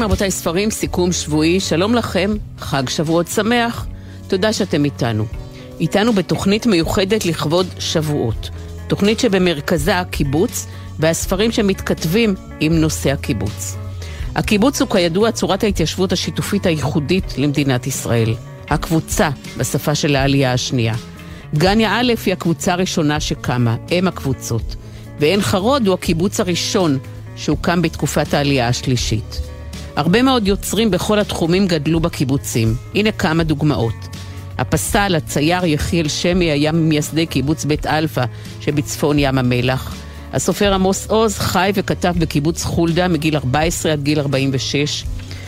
רבותיי, ספרים, סיכום שבועי, שלום לכם, חג שבועות שמח, תודה שאתם איתנו בתוכנית מיוחדת לכבוד שבועות, תוכנית שבמרכזה הקיבוץ והספרים שמתכתבים עם נושא הקיבוץ. הקיבוץ הוא כידוע צורת ההתיישבות השיתופית הייחודית למדינת ישראל, הקבוצה בשפה של העלייה השנייה. דגניה א' היא הקבוצה הראשונה שקמה, אם הקבוצות, ועין חרוד הוא הקיבוץ הראשון שהוקם בתקופת העלייה השלישית. הרבה מאוד יוצרים בכל התחומים גדלו בקיבוצים. הנה כמה דוגמאות. הפסל, הצייר יחיאל שמי היה ממייסדי קיבוץ בית אלפא שבצפון ים המלח. הסופר עמוס עוז חי וכתב בקיבוץ חולדה מגיל 14 עד גיל 46.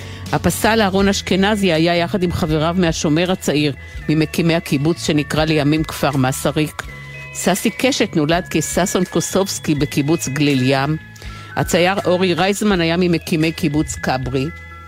הפסל אהרון אשכנזי היה יחד עם חבריו מהשומר הצעיר ממקימי הקיבוץ שנקרא לימים כפר מסריק. ססי קשת נולד כססון קוסובסקי בקיבוץ גליל ים. הצייר אורי רייזמן היה ממקימי קיבוץ קברי.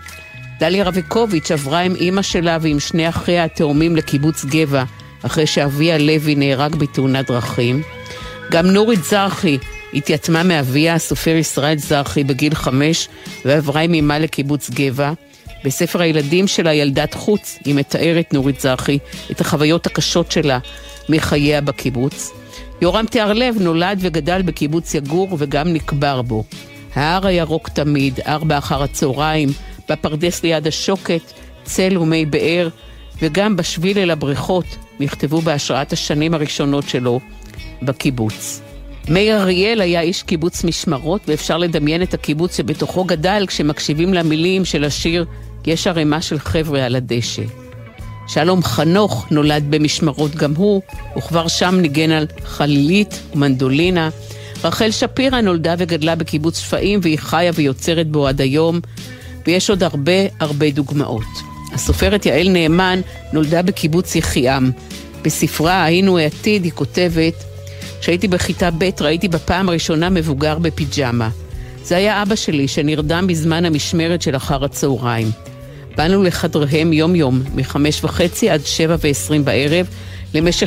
דליה רביקוביץ' עברה עם אמא שלה ועם שני אחיה התאומים לקיבוץ גבע, אחרי שאביה לוי נהרג בתאונת דרכים. גם נורית זרחי התייתמה מאביה, הסופר ישראל זרחי, בגיל 5, ועברה עם אמה לקיבוץ גבע. בספר הילדים שלה, ילדת חוץ, היא מתארת, נורית זרחי, את החוויות הקשות שלה מחייה בקיבוץ. יורם תיארלב נולד וגדל בקיבוץ יגור וגם נקבר בו. ההר הירוק תמיד, 4 אחר הצהריים, בפרדס ליד השוקת, צל ומי באר, וגם בשביל אל הבריכות, נכתבו בהשראת השנים הראשונות שלו בקיבוץ. מאיר אריאל היה איש קיבוץ משמרות, ואפשר לדמיין את הקיבוץ שבתוכו גדל כשמקשיבים למילים של השיר "יש ערימה של חבר'ה על הדשא". שלום חנוך נולד במשמרות גם הוא, וכבר שם ניגן על חלילית ומנדולינה. רחל שפירא נולדה וגדלה בקיבוץ שפעים, והיא חיה ויוצרת בו עד היום, ויש עוד הרבה דוגמאות. הסופרת יעל נאמן נולדה בקיבוץ יחיעם. בספרה "היינו העתיד" היא כותבת, כשהייתי בכיתה ב' ראיתי בפעם הראשונה מבוגר בפיג'מה. זה היה אבא שלי שנרדם בזמן המשמרת של אחר הצהריים. באנו לחדריהם יום מ-5:30 עד 7:20 בערב, למשך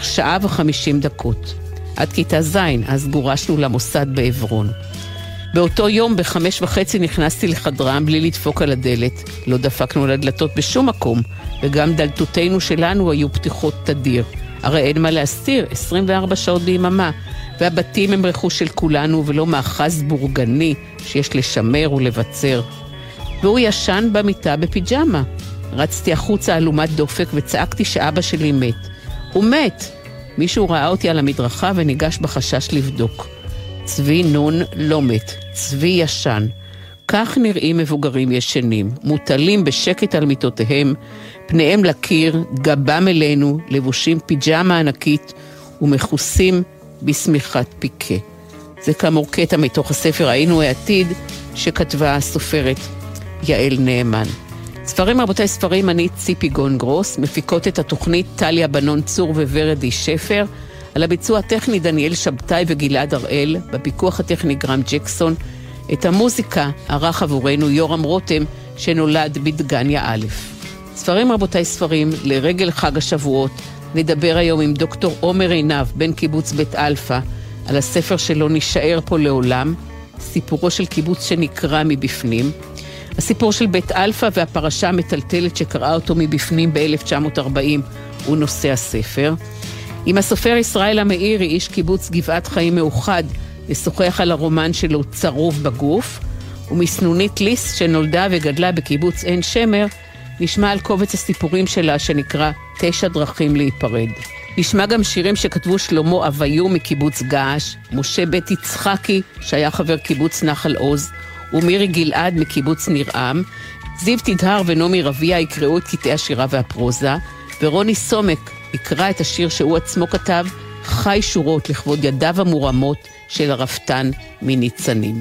1:50. עד כיתה ז', אז גורשנו למוסד בעברון. באותו יום ב-5:30 נכנסתי לחדרם בלי לדפוק על הדלת. לא דפקנו על הדלתות בשום מקום, וגם דלתותינו שלנו היו פתיחות תדיר. הרי אין מה להסתיר, 24 שעות ביממה, והבתים הם רכוש של כולנו ולא מאחז בורגני שיש לשמר ולבצר. והוא ישן במיטה בפיג'מה. רצתי החוצה אלומת דופק וצעקתי שאבא שלי מת. הוא מת! מישהו ראה אותי על המדרכה וניגש בחשש לבדוק. צבי נון לא מת, צבי ישן. כך נראים מבוגרים ישנים, מוטלים בשקט על מיטותיהם, פניהם לקיר, גבם אלינו, לבושים פיג'מה ענקית ומכוסים בסמיכת פיקה. זה כאמור קטע מתוך הספר "היינו העתיד" שכתבה הסופרת יעל נאמן. ספרים רבותיי, ספרים, אני ציפי גון גרוס, מפיקות את התוכנית טליה בנון צור וורדי שפר, על הביצוע הטכני דניאל שבתאי וגלעד הראל, בפיקוח הטכני גרם ג'קסון. את המוזיקה ערך עבורנו יורם רותם שנולד בדגניה א'. ספרים רבותיי, ספרים, לרגל חג השבועות, נדבר היום עם דוקטור עומר עינב, בן קיבוץ בית אלפא, על הספר שלו נשאר פה לעולם, סיפורו של קיבוץ שנקרא מבפנים. הסיפור של בית אלפא והפרשה המטלטלת שקראה אותו מבפנים ב-1940 הוא נושא הספר. עם הסופר ישראל המאירי, איש קיבוץ גבעת חיים מאוחד, לשוחח על הרומן שלו צרוב בגוף, ומסנונית ליס שנולדה וגדלה בקיבוץ עין שמר, נשמע על קובץ הסיפורים שלה שנקרא 9 דרכים להיפרד. נשמע גם שירים שכתבו שלמה אביו מקיבוץ געש, משה בית יצחקי שהיה חבר קיבוץ נחל עוז, ומירי גלעד מקיבוץ נרעם. זיו תדהר ונומי רביה יקראו את קטעי השירה והפרוזה, ורוני סומק יקרא את השיר שהוא עצמו כתב, חי שורות, לכבוד ידיו המורמות של הרפתן מניצנים.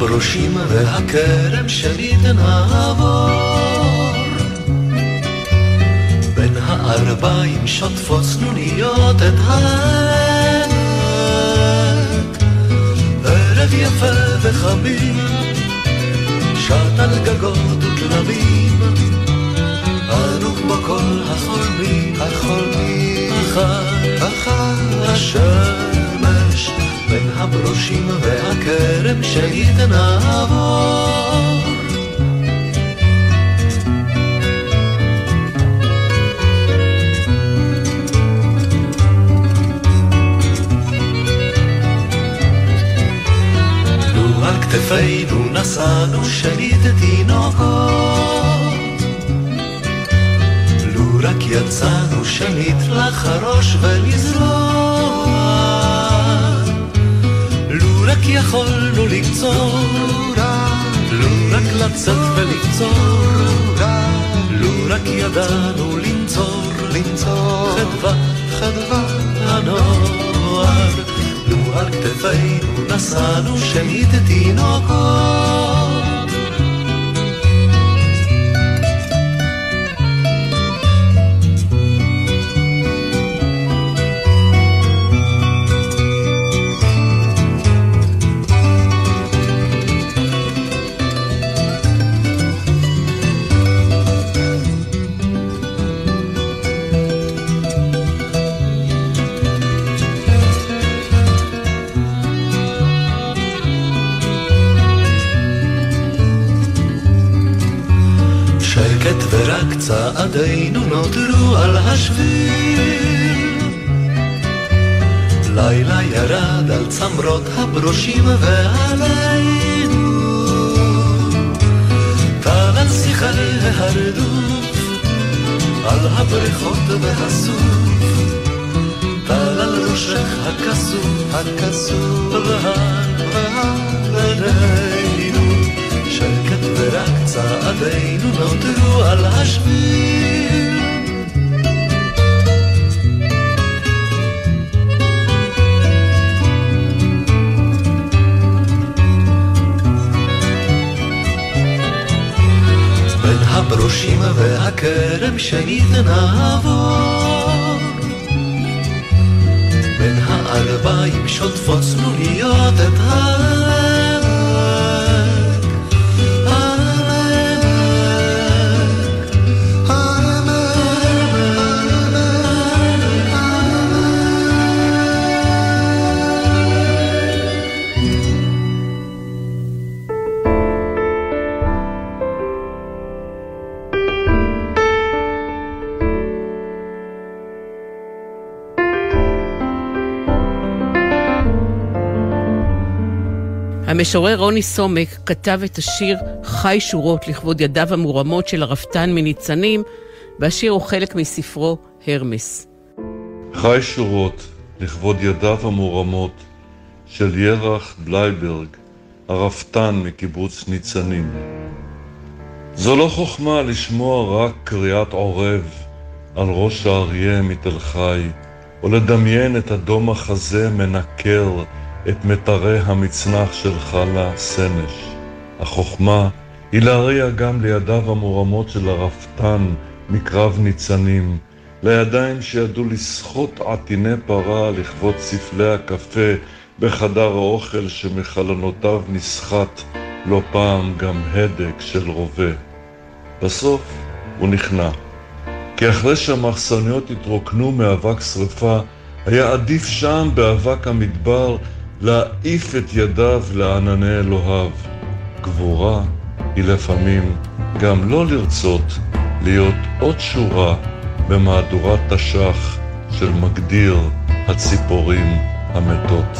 הברושים והכרם שלי תנעבור, בין הערביים שוטפות סנוניות את העמק, ערב יפה וחמים שט על גגות ותלמים, אנו כמו כל החולמים, אחר השמש, בין הברושים והכרם שלי תנעבור. לו על כתפינו נשאנו שנית תינוקות, לו רק יצאנו שנית לחרוש ולזרוע, רק יכולנו לקצור, לו רק לצאת ולקצור, לו רק ידענו לנצור חדווה הנוער, לו על כתפינו נשאנו שנית תינוקות. ורק צעדינו נותרו על השביל, לילה ירד על צמרות הברושים ועלינו טל על שיחי ההרדוף, על הבריכות והסוף, טל על ראשך הכסוף ועלינו שקט ורק צעדינו נותרו על השביל. בין הברושים והכרם שנית נעבור, בין הערביים שוטפות סנוניות את המשורר רוני סומק כתב את השיר חי שורות לכבוד ידיו המורמות של הרפתן מניצנים, והשיר הוא חלק מספרו הרמס. חי שורות לכבוד ידיו המורמות של ירח בלייברג, הרפתן מקיבוץ ניצנים. זו לא חוכמה לשמוע רק קריאת עורב על ראש האריה מתל חי, או לדמיין את אדום החזה מנקר את מטרי המצנח של חלה סנש. החוכמה היא להריע גם לידיו המורמות של הרפתן מקרב ניצנים, לידיים שידעו לשחות עטיני פרה לכבוד ספלי הקפה בחדר האוכל שמחלונותיו נסחט לא פעם גם הדק של רובה. בסוף הוא נכנע, כי אחרי שהמחסניות התרוקנו מאבק שריפה, היה עדיף שם באבק המדבר להעיף את ידיו לענני אלוהיו. גבורה היא לפעמים גם לא לרצות להיות עוד שורה במהדורת תש"ח של מגדיר הציפורים המתות.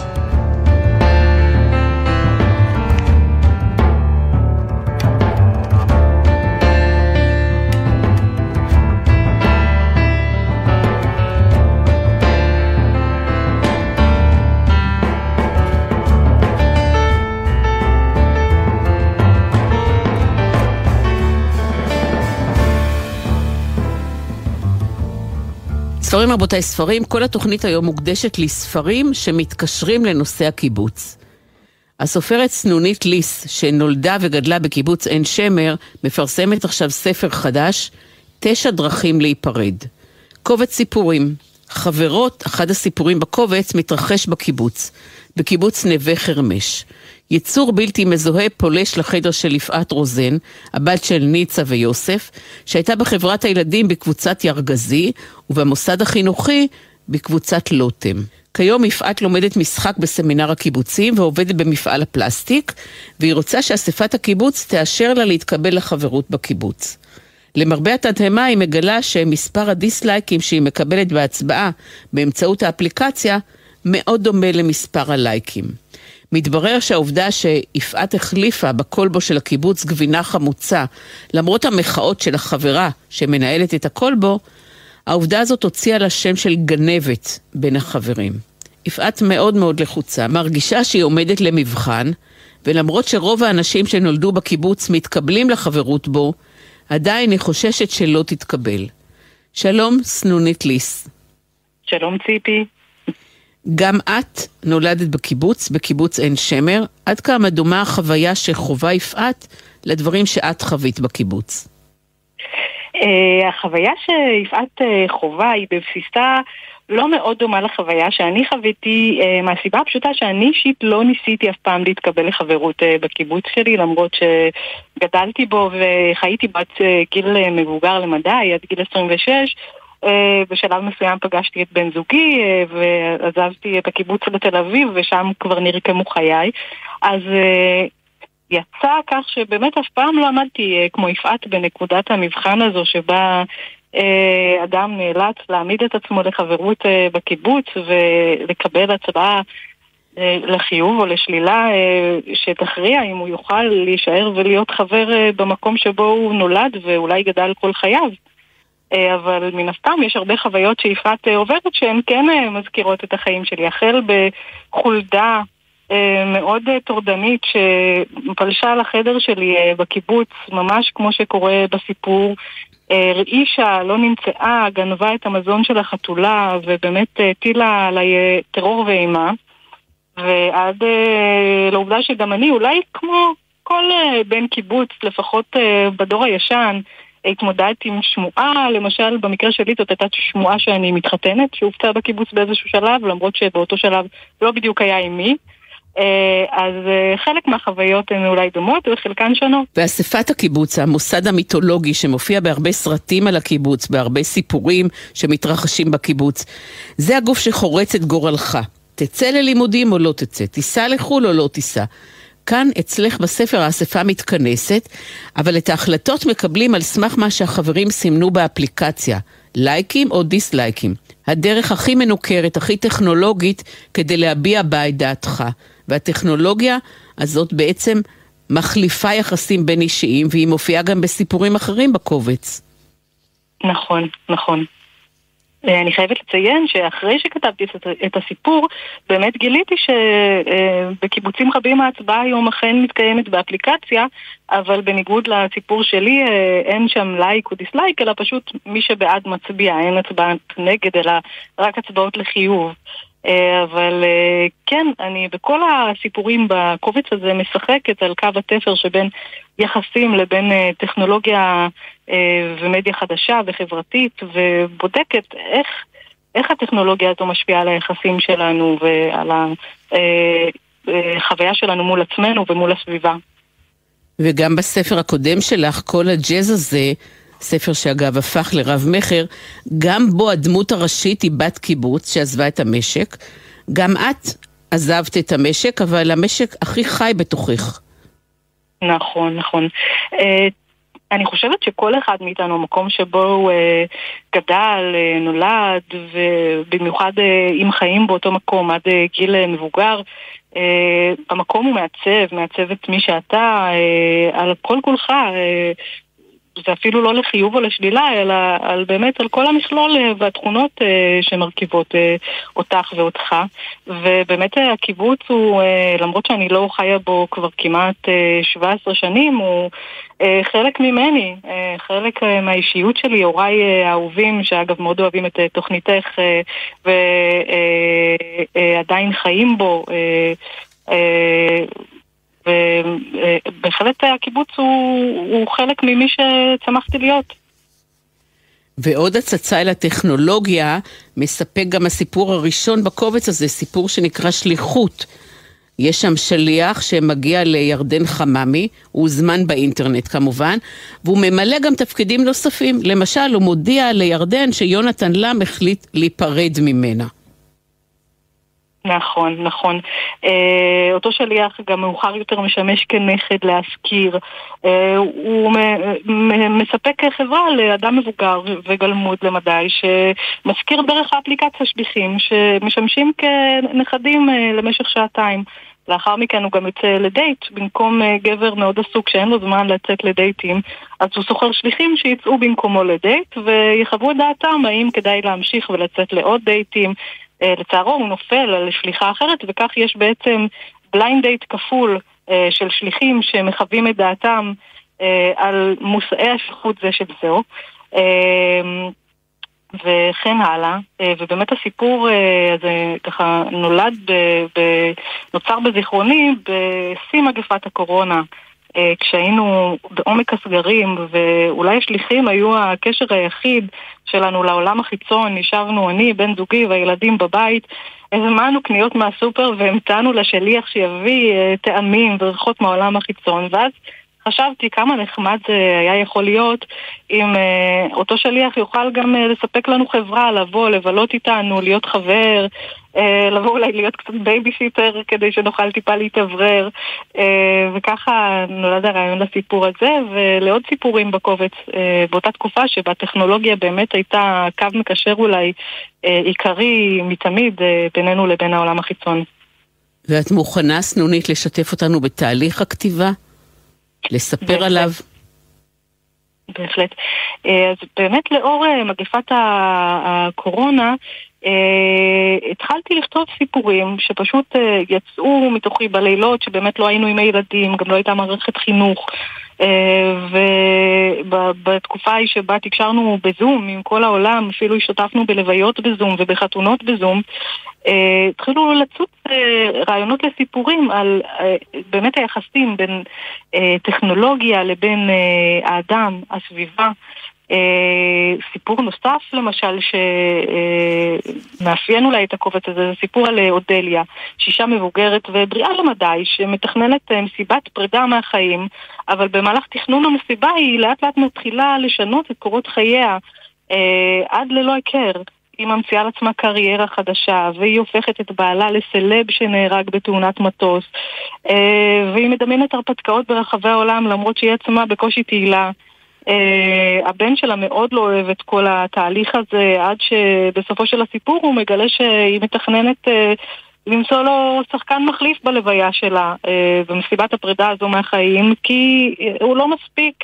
ספרים רבותיי, ספרים, כל התוכנית היום מוקדשת לספרים שמתקשרים לנושא הקיבוץ. הסופרת סנונית ליס, שנולדה וגדלה בקיבוץ עין שמר, מפרסמת עכשיו ספר חדש, 9 דרכים להיפרד. קובץ סיפורים. חברות, אחד הסיפורים בקובץ מתרחש בקיבוץ נווה חרמש. יצור בלתי מזוהה פולש לחדר של יפעת רוזן, הבת של ניצה ויוסף, שהייתה בחברת הילדים בקבוצת ירגזי, ובמוסד החינוכי בקבוצת לוטם. כיום יפעת לומדת משחק בסמינר הקיבוצים ועובדת במפעל הפלסטיק, והיא רוצה שאספת הקיבוץ תאשר לה להתקבל לחברות בקיבוץ. למרבה התדהמה היא מגלה שמספר הדיסלייקים שהיא מקבלת בהצבעה באמצעות האפליקציה מאוד דומה למספר הלייקים. מתברר שהעובדה שיפעת החליפה בקולבו של הקיבוץ גבינה חמוצה, למרות המחאות של החברה שמנהלת את הקולבו, העובדה הזאת הוציאה לה שם של גנבת בין החברים. יפעת מאוד מאוד לחוצה, מרגישה שהיא עומדת למבחן, ולמרות שרוב האנשים שנולדו בקיבוץ מתקבלים לחברות בו, עדיין היא חוששת שלא תתקבל. שלום סנונית ליס. שלום ציפי. גם את נולדת בקיבוץ עין שמר. עד כמה דומה החוויה שחובה יפעת לדברים שאת חווית בקיבוץ? החוויה שיפעת חובה היא בבסיסה לא מאוד דומה לחוויה שאני חוויתי, מהסיבה הפשוטה שאני אישית לא ניסיתי אף פעם להתקבל לחברות בקיבוץ שלי, למרות שגדלתי בו וחייתי בת גיל מבוגר למדי, עד גיל 26. בשלב מסוים פגשתי את בן זוגי ועזבתי את הקיבוץ לתל אביב, ושם כבר נרקמו חיי. אז יצא כך שבאמת אף פעם לא עמדתי כמו יפעת בנקודת המבחן הזו שבה אדם נאלץ להעמיד את עצמו לחברות בקיבוץ ולקבל הצבעה לחיוב או לשלילה שתכריע אם הוא יוכל להישאר ולהיות חבר במקום שבו הוא נולד ואולי גדל כל חייו. אבל מן הסתם יש הרבה חוויות שיפעת עוברת שהן כן מזכירות את החיים שלי, החל בחולדה מאוד תורדנית שפלשה לחדר שלי בקיבוץ, ממש כמו שקורה בסיפור, רעישה, לא נמצאה, גנבה את המזון של החתולה ובאמת טילה עליי טרור ואימה, ועד לעובדה שגם אני אולי כמו כל בן קיבוץ, לפחות בדור הישן, התמודדתי עם שמועה, למשל במקרה שלי זאת הייתה שמועה שאני מתחתנת, שהופצה בקיבוץ באיזשהו שלב, למרות שבאותו שלב לא בדיוק היה עם מי. אז חלק מהחוויות הן אולי דומות וחלקן שונות. ואספת הקיבוץ, המוסד המיתולוגי שמופיע בהרבה סרטים על הקיבוץ, בהרבה סיפורים שמתרחשים בקיבוץ, זה הגוף שחורץ את גורלך. תצא ללימודים או לא תצא, תיסע לחול או לא תיסע. כאן אצלך בספר האספה מתכנסת, אבל את ההחלטות מקבלים על סמך מה שהחברים סימנו באפליקציה, לייקים או דיסלייקים. הדרך הכי מנוכרת, הכי טכנולוגית, כדי להביע בה את דעתך. והטכנולוגיה הזאת בעצם מחליפה יחסים בין אישיים, והיא מופיעה גם בסיפורים אחרים בקובץ. נכון, נכון. אני חייבת לציין שאחרי שכתבתי את הסיפור, באמת גיליתי שבקיבוצים רבים ההצבעה היום אכן מתקיימת באפליקציה, אבל בניגוד לסיפור שלי אין שם לייק או דיסלייק, אלא פשוט מי שבעד מצביע, אין הצבעת נגד, אלא רק הצבעות לחיוב. אבל כן, אני בכל הסיפורים בקובץ הזה משחקת על קו התפר שבין יחסים לבין טכנולוגיה ומדיה חדשה וחברתית, ובודקת איך הטכנולוגיה הזו משפיעה על היחסים שלנו ועל החוויה שלנו מול עצמנו ומול הסביבה. וגם בספר הקודם שלך, כל הג'אז הזה, ספר שאגב הפך לרב מחר, גם בו הדמות הראשית היא בת קיבוץ שעזבה את המשק. גם את עזבת את המשק, אבל המשק הכי חי בתוכך. נכון, נכון. אני חושבת שכל אחד מאיתנו, מקום שבו הוא גדל, נולד, ובמיוחד אם חיים באותו מקום עד גיל מבוגר, המקום הוא מעצב את מי שאתה, על כל כולך, זה אפילו לא לחיוב או לשלילה, אלא באמת על כל המכלול והתכונות שמרכיבות אותך ואותך. ובאמת הקיבוץ הוא, למרות שאני לא חיה בו כבר כמעט 17 שנים, הוא חלק ממני, חלק מהאישיות שלי, הוריי האהובים, שאגב מאוד אוהבים את תוכניתך ועדיין חיים בו, ובהחלט הקיבוץ הוא חלק ממי שצמחתי להיות. ועוד הצצה אל הטכנולוגיה מספק גם הסיפור הראשון בקובץ הזה, סיפור שנקרא שליחות. יש שם שליח שמגיע לירדן חממי, הוא זמן באינטרנט כמובן, והוא ממלא גם תפקידים נוספים. למשל, הוא מודיע לירדן שיונתן לם החליט להיפרד ממנה. נכון, נכון. אותו שליח גם מאוחר יותר משמש כנכד להזכיר. הוא מספק חברה לאדם מבוגר וגלמוד למדי, שמזכיר דרך האפליקציה שליחים, שמשמשים כנכדים למשך שעתיים. לאחר מכן הוא גם יוצא לדייט, במקום גבר מאוד עסוק שאין לו זמן לצאת לדייטים, אז הוא סוחר שליחים שיצאו במקומו לדייט, ויחוו את דעתם האם כדאי להמשיך ולצאת לעוד דייטים. לצערו הוא נופל על שליחה אחרת, וכך יש בעצם בליינד דייט כפול של שליחים שמחווים את דעתם על מושאי השליחות זה של זהו, וכן הלאה. ובאמת הסיפור הזה ככה נוצר בזיכרוני בשיא מגפת הקורונה, כשהיינו בעומק הסגרים, ואולי השליחים היו הקשר היחיד שלנו לעולם החיצון. נשארנו אני, בן זוגי והילדים בבית, הזמנו קניות מהסופר והמתנו לשליח שיביא טעמים וריחות מהעולם החיצון, ואז חשבתי כמה נחמד זה היה יכול להיות אם אותו שליח יוכל גם לספק לנו חברה, לבוא, לבלות איתנו, להיות חבר, לבוא אולי להיות קצת בייביסיטר כדי שנוכל טיפה להתאוורר, וככה נולד הרעיון לסיפור הזה ולעוד סיפורים בקובץ באותה תקופה שבה הטכנולוגיה באמת הייתה קו מקשר אולי עיקרי מתמיד בינינו לבין העולם החיצון. ואת מוכנה סנונית לשתף אותנו בתהליך הכתיבה? לספר עליו? בהחלט. אז באמת לאור מגפת הקורונה התחלתי לכתוב סיפורים שפשוט יצאו מתוכי בלילות, שבאמת לא היינו עם הילדים, גם לא הייתה מערכת חינוך, ובתקופה היא שבה תקשרנו בזום עם כל העולם, אפילו השתתפנו בלוויות בזום ובחתונות בזום, התחילו לצוץ רעיונות לסיפורים על באמת היחסים בין טכנולוגיה לבין האדם, הסביבה. סיפור נוסף למשל שמאפיין אולי את הקובץ הזה, זה סיפור על אודליה, שאישה מבוגרת ובריאה למדי שמתכננת מסיבת פרידה מהחיים, אבל במהלך תכנון המסיבה היא לאט לאט מתחילה לשנות את קורות חייה עד ללא הכר. היא ממציאה לעצמה קריירה חדשה, והיא הופכת את בעלה לסלב שנהרג בתאונת מטוס, והיא מדמיינת הרפתקאות ברחבי העולם למרות שהיא עצמה בקושי תהילה. הבן שלה מאוד לא אוהב את כל התהליך הזה, עד שבסופו של הסיפור הוא מגלה שהיא מתכננת למצוא לו שחקן מחליף בלוויה שלה במסיבת הפרידה הזו מהחיים, כי הוא לא מספיק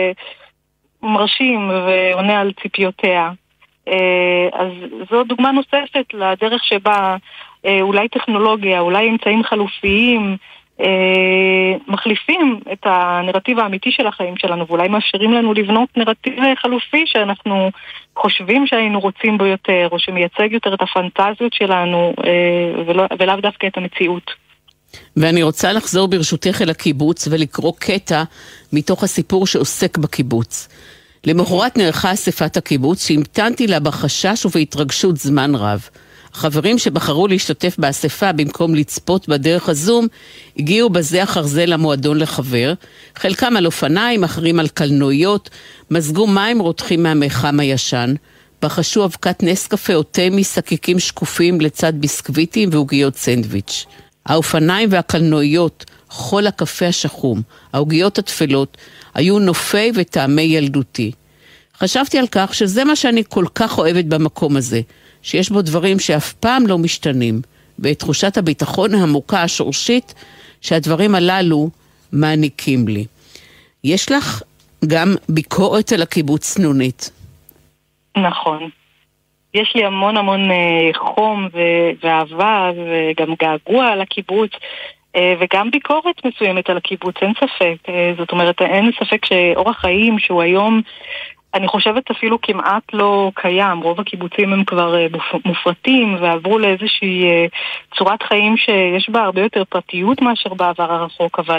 מרשים ועונה על ציפיותיה. אז זו דוגמה נוספת לדרך שבה אולי טכנולוגיה, אולי אמצעים חלופיים מחליפים את הנרטיב האמיתי של החיים שלנו, ואולי מאפשרים לנו לבנות נרטיב חלופי שאנחנו חושבים שהיינו רוצים בו יותר, או שמייצג יותר את הפנטזיות שלנו ולאו דווקא את המציאות. ואני רוצה לחזור ברשותך אל הקיבוץ ולקרוא קטע מתוך הסיפור שעוסק בקיבוץ. למחרת נערכה אספת הקיבוץ שהמתנתי לה בחשש ובהתרגשות זמן רב. החברים שבחרו להשתתף באספה במקום לצפות בדרך הזום, הגיעו בזה אחר זה למועדון לחבר, חלקם על אופניים, אחרים על קלנועיות, מזגו מים רותחים מהמיחם הישן, בחשו אבקת נס קפה או תה מסקיקים שקופים לצד ביסקוויטים ועוגיות סנדוויץ'. האופניים והקלנועיות, חול הקפה השחום, העוגיות התפלות, היו נופי וטעמי ילדותי. חשבתי על כך שזה מה שאני כל כך אוהבת במקום הזה, שיש בו דברים שאף פעם לא משתנים, ואת תחושת הביטחון העמוקה השורשית שהדברים הללו מעניקים לי. יש לך גם ביקורת על הקיבוץ סנונית. נכון. יש לי המון המון חום ואהבה וגם געגוע על הקיבוץ, וגם ביקורת מסוימת על הקיבוץ, אין ספק. זאת אומרת, אין ספק שאורח חיים שהוא היום אני חושבת אפילו כמעט לא קיים. רוב הקיבוצים הם כבר מופרטים ועברו לאיזושהי צורת חיים שיש בה הרבה יותר פרטיות מאשר בעבר הרחוק, אבל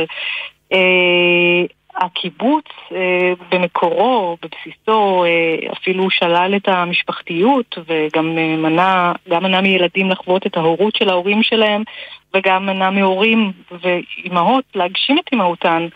הקיבוץ במקורו, בבסיסו, אפילו שלל את המשפחתיות וגם מנע מילדים לחוות את ההורות של ההורים שלהם, וגם מנע מהורים ואימהות להגשים את אימהותן.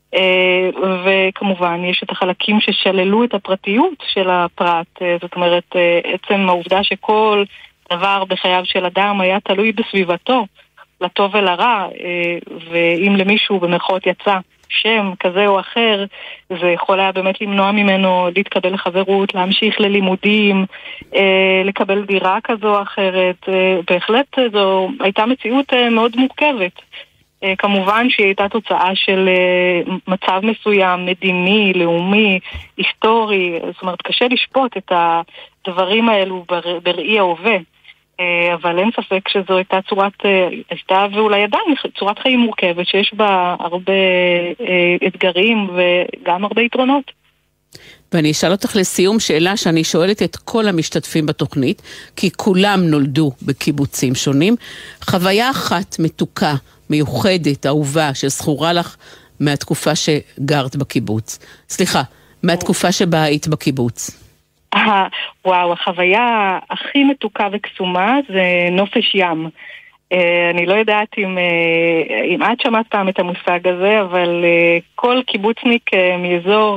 וכמובן יש את החלקים ששללו את הפרטיות של הפרט. זאת אומרת, עצם העובדה שכל דבר בחייו של אדם היה תלוי בסביבתו, לטוב ולרע, ואם למישהו במרכאות יצא שם כזה או אחר, זה יכול היה באמת למנוע ממנו להתקבל לחברות, להמשיך ללימודים, לקבל דירה כזו או אחרת. בהחלט זו הייתה מציאות מאוד מורכבת. כמובן שהיא הייתה תוצאה של מצב מסוים, מדיני, לאומי, היסטורי. זאת אומרת, קשה לשפוט את הדברים האלו בראי ההווה. אבל אין ספק שזו הייתה הייתה ואולי עדיין צורת חיים מורכבת שיש בה הרבה אתגרים וגם הרבה יתרונות. ואני אשאל אותך לסיום שאלה שאני שואלת את כל המשתתפים בתוכנית, כי כולם נולדו בקיבוצים שונים. חוויה אחת מתוקה, מיוחדת, אהובה, שזכורה לך מהתקופה שגרת בקיבוץ. סליחה, מהתקופה שבה היית בקיבוץ. וואו, החוויה הכי מתוקה וקסומה זה נופש ים. אני לא יודעת אם את שמעת פעם את המושג הזה, אבל כל קיבוצניק מאזור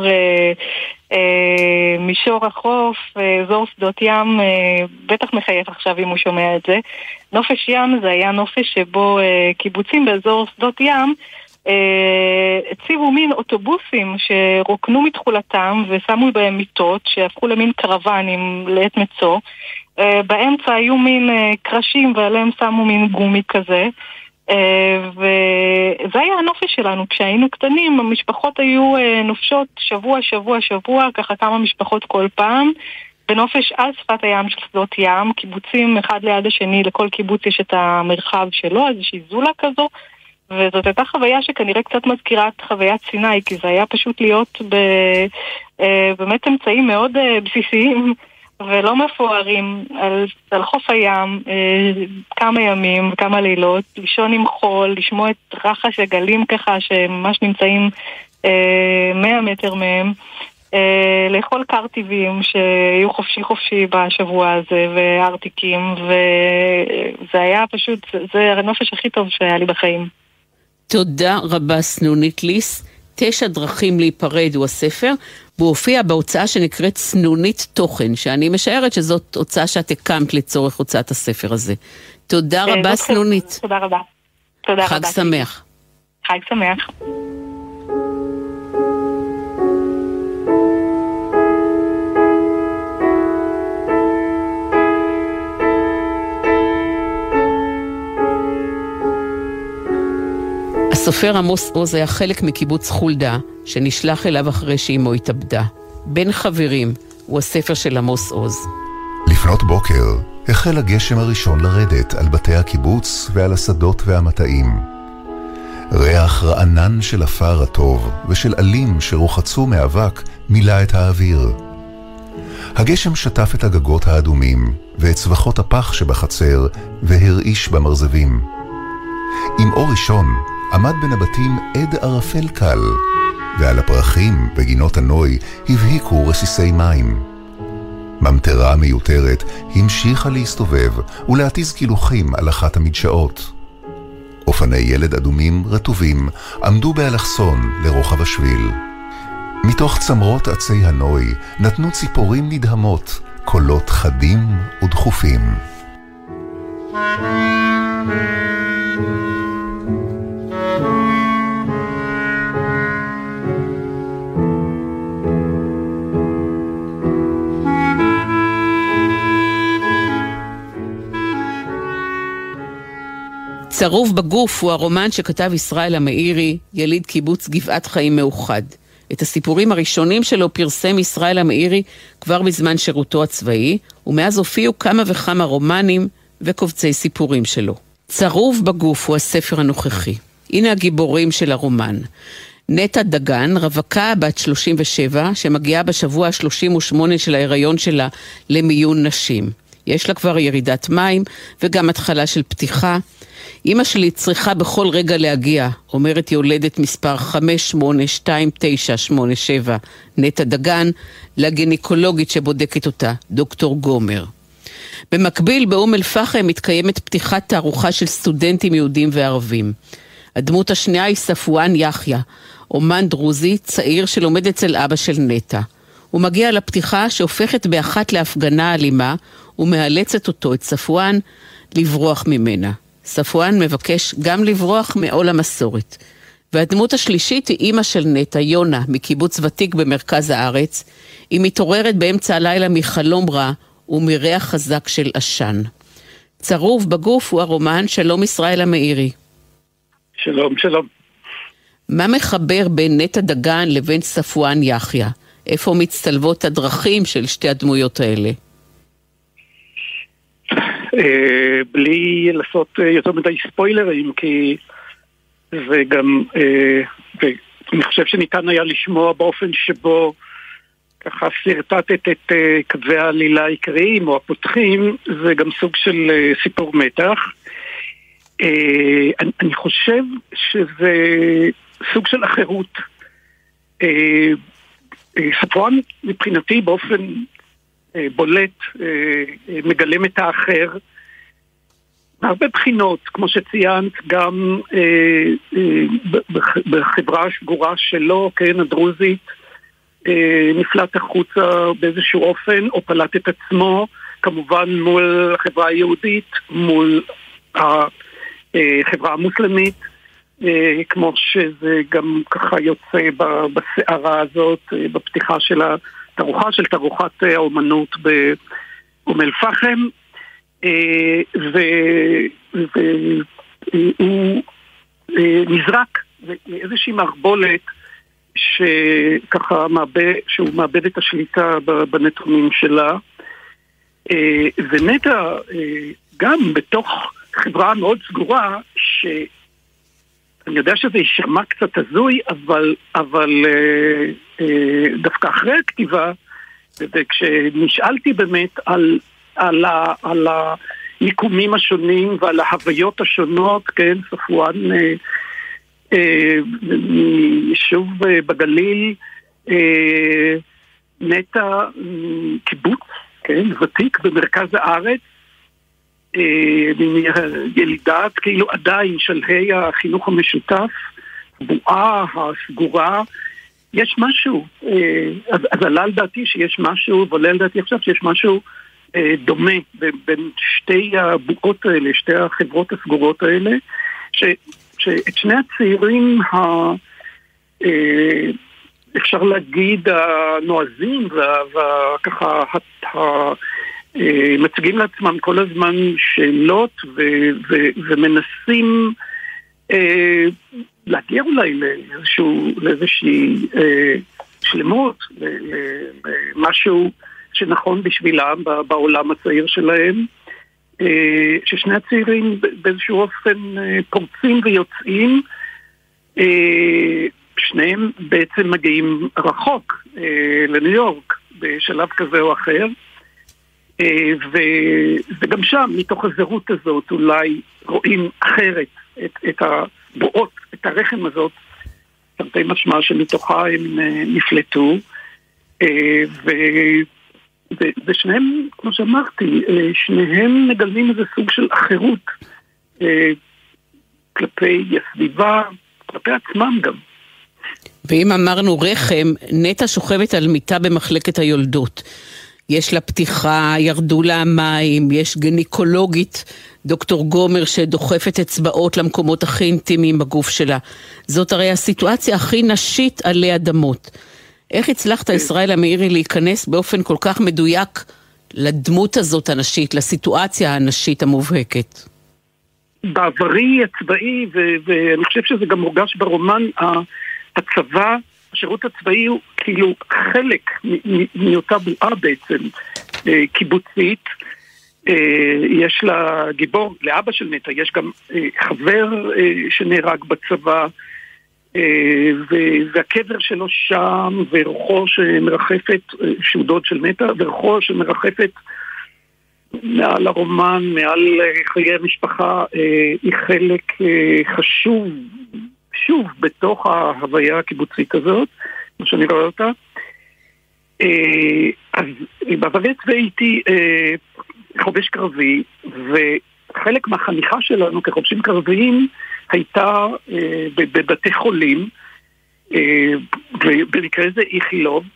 מישור החוף, אזור שדות ים, בטח מחייך עכשיו אם הוא שומע את זה. נופש ים זה היה נופש שבו קיבוצים באזור שדות ים הציבו מין אוטובוסים שרוקנו מתחולתם ושמו בהם מיטות שהפכו למין קרוונים לעת מצוא. באמצע היו מין קרשים ועליהם שמו מין גומי כזה, וזה היה הנופש שלנו. כשהיינו קטנים המשפחות היו נופשות שבוע, ככה כמה משפחות כל פעם, בנופש על שפת הים של שדות ים, קיבוצים אחד ליד השני, לכל קיבוץ יש את המרחב שלו, איזושהי זולה כזו, וזאת הייתה חוויה שכנראה קצת מזכירה את חוויית סיני, כי זה היה פשוט להיות באמת אמצעים מאוד בסיסיים ולא מפוארים על חוף הים כמה ימים וכמה לילות, לישון עם חול, לשמוע את רחש הגלים ככה שממש נמצאים 100 מטר מהם, לאכול קרטיבים שיהיו חופשי בשבוע הזה וארטיקים, וזה היה פשוט, זה הנופש הכי טוב שהיה לי בחיים. תודה רבה סנונית ליס. 9 דרכים להיפרד הוא הספר, והוא הופיע בהוצאה שנקראת סנונית תוכן, שאני משערת שזאת הוצאה שאת הקמת לצורך הוצאת הספר הזה. תודה רבה סנונית. תודה רבה. חג שמח. חג שמח. הסופר עמוס עוז היה חלק מקיבוץ חולדה, שנשלח אליו אחרי שאימו התאבדה. בין חברים הוא הספר של עמוס עוז. לפנות בוקר החל הגשם הראשון לרדת על בתי הקיבוץ ועל השדות והמטעים. ריח רענן של אפר הטוב ושל עלים שרוחצו מאבק מילא את האוויר. הגשם שטף את הגגות האדומים ואת צווחות הפח שבחצר והרעיש במרזבים. עם אור ראשון עמד בין הבתים עד ערפל קל, ועל הפרחים בגינות הנוי הבהיקו רסיסי מים. ממטרה מיותרת המשיכה להסתובב ולהתיז קילוחים על אחת המדשאות. אופני ילד אדומים רטובים עמדו באלכסון לרוחב השביל. מתוך צמרות עצי הנוי נתנו ציפורים נדהמות, קולות חדים ודחופים. צרוב בגוף הוא הרומן שכתב ישראל המאירי, יליד קיבוץ גבעת חיים מאוחד. את הסיפורים הראשונים שלו פרסם ישראל המאירי כבר בזמן שירותו הצבאי, ומאז הופיעו כמה וכמה רומנים וקובצי סיפורים שלו. צרוב בגוף הוא הספר הנוכחי. הנה הגיבורים של הרומן. נטע דגן, רווקה בת 37, שמגיעה בשבוע ה-38 של ההיריון שלה למיון נשים. יש לה כבר ירידת מים וגם התחלה של פתיחה. אמא שלי צריכה בכל רגע להגיע, אומרת יולדת מספר 582987, נטע דגן, לגינקולוגית שבודקת אותה, דוקטור גומר. במקביל, באום אל-פחם מתקיימת פתיחת תערוכה של סטודנטים יהודים וערבים. הדמות השנייה היא ספואן יחיה, אומן דרוזי צעיר שלומד אצל אבא של נטע. הוא מגיע לפתיחה שהופכת באחת להפגנה אלימה, ומאלצת אותו, את ספואן, לברוח ממנה. ספואן מבקש גם לברוח מעול המסורת. והדמות השלישית היא אמא של נטע, יונה, מקיבוץ ותיק במרכז הארץ. היא מתעוררת באמצע הלילה מחלום רע ומריח חזק של עשן. צרוב בגוף הוא הרומן שלום ישראל המאירי. שלום, שלום. מה מחבר בין נטע דגן לבין ספואן יחיה? איפה מצטלבות הדרכים של שתי הדמויות האלה? בלי לעשות יותר מדי ספוילרים, כי זה גם, ואני חושב שניתן היה לשמוע באופן שבו ככה סרטטת את קווי העלילה העיקריים או הפותחים, זה גם סוג של סיפור מתח. אני חושב שזה סוג של אחרות. ספואן מבחינתי באופן בולט מגלם את האחר מהרבה בחינות, כמו שציינת, גם בחברה השגורה שלו, כן, הדרוזית, נפלט החוצה באיזשהו אופן, או פלט את עצמו, כמובן מול החברה היהודית, מול החברה המוסלמית, כמו שזה גם ככה יוצא בסערה הזאת, בפתיחה של התערוכה, של תערוכת האומנות באום אל-פחם, והוא נזרק לאיזושהי מערבולת שככה שהוא מאבד את השליטה בנתונים שלה, ונטע גם בתוך חברה מאוד סגורה, שאני יודע שזה יישמע קצת הזוי, אבל דווקא אחרי הכתיבה, וכשנשאלתי באמת על המיקומים השונים ועל ההוויות השונות, כן, ספואן יישוב בגליל, נטע קיבוץ, כן, ותיק במרכז הארץ, ילידת כאילו עדיין שלהי החינוך המשותף, בועה הסגורה, יש משהו, אז עלה על דעתי שיש משהו, ועולה על דעתי עכשיו שיש משהו דומה בין שתי הבועות האלה, שתי החברות הסגורות האלה, שאת שני הצעירים אפשר להגיד הנועזים וככה מציגים לעצמם כל הזמן שאלות ומנסים להגיע אולי לאיזושהי שלמות, למשהו שנכון בשבילם בעולם הצעיר שלהם, ששני הצעירים באיזשהו אופן פורצים ויוצאים, שניהם בעצם מגיעים רחוק לניו יורק בשלב כזה או אחר, וגם שם מתוך הזהות הזאת אולי רואים אחרת את הבועות, את הרחם הזאת, תרתי משמע שמתוכה הם נפלטו, ושניהם, כמו שאמרתי, שניהם מגלמים איזה סוג של אחרות כלפי הסביבה, כלפי עצמם גם. ואם אמרנו רחם, נטע שוכבת על מיטה במחלקת היולדות. יש לה פתיחה, ירדו לה המים, יש גינקולוגית, דוקטור גומר שדוחפת אצבעות למקומות הכי אינטימיים בגוף שלה. זאת הרי הסיטואציה הכי נשית עלי אדמות. איך הצלחת ישראל המאירי להיכנס באופן כל כך מדויק לדמות הזאת הנשית, לסיטואציה הנשית המובהקת? בעברי הצבאי, ואני חושב שזה גם מורגש ברומן, הצבא, השירות הצבאי הוא כאילו חלק מאותה בועה בעצם, קיבוצית. יש לה גיבור, לאבא של נטע, יש גם חבר שנהרג בצבא, והקבר שלו שם, ורוחו שמרחפת, שהוא דוד של נטע, ורוחו שמרחפת מעל הרומן, מעל חיי המשפחה, היא חלק חשוב, שוב, בתוך ההוויה הקיבוצית הזאת, כמו שאני רואה אותה. אז בעברי צבאי הייתי חובש קרבי, וחלק מהחניכה שלנו כחובשים קרביים הייתה בבתי חולים, ובמקרה זה איכילוב,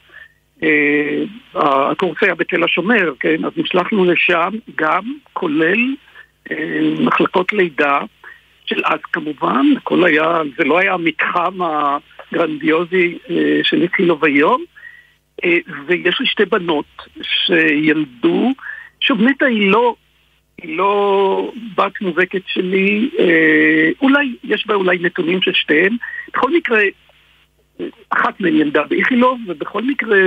הקורס היה בתל השומר, כן? אז נשלחנו לשם גם כולל מחלקות לידה של אז כמובן, זה לא היה המתחם הגרנדיוזי של איכילוב היום, ויש לי שתי בנות שילדו, שוב נטע היא לא בת מובהקת שלי, אולי, יש בה אולי נתונים של שתיהן, בכל מקרה, אחת מהן ילדה באיכילוב, ובכל מקרה,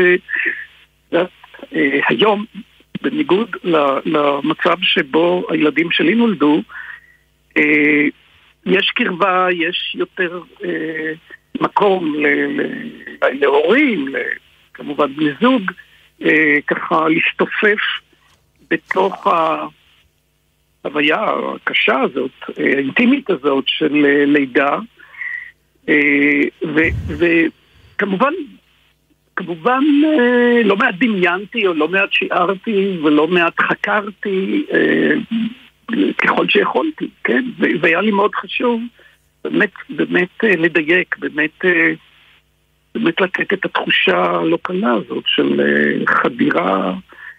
היום, בניגוד למצב שבו הילדים שלי נולדו, יש קרבה, יש יותר מקום להורים, כמובן בני זוג, ככה להשתופף בתוך ההוויה הקשה הזאת, האינטימית הזאת של לידה, וכמובן לא מעט דמיינתי או לא מעט שיערתי ולא מעט חקרתי ככל שיכולתי, כן? והיה לי מאוד חשוב באמת לדייק, באמת לתת את התחושה הלא קלה הזאת של חדירה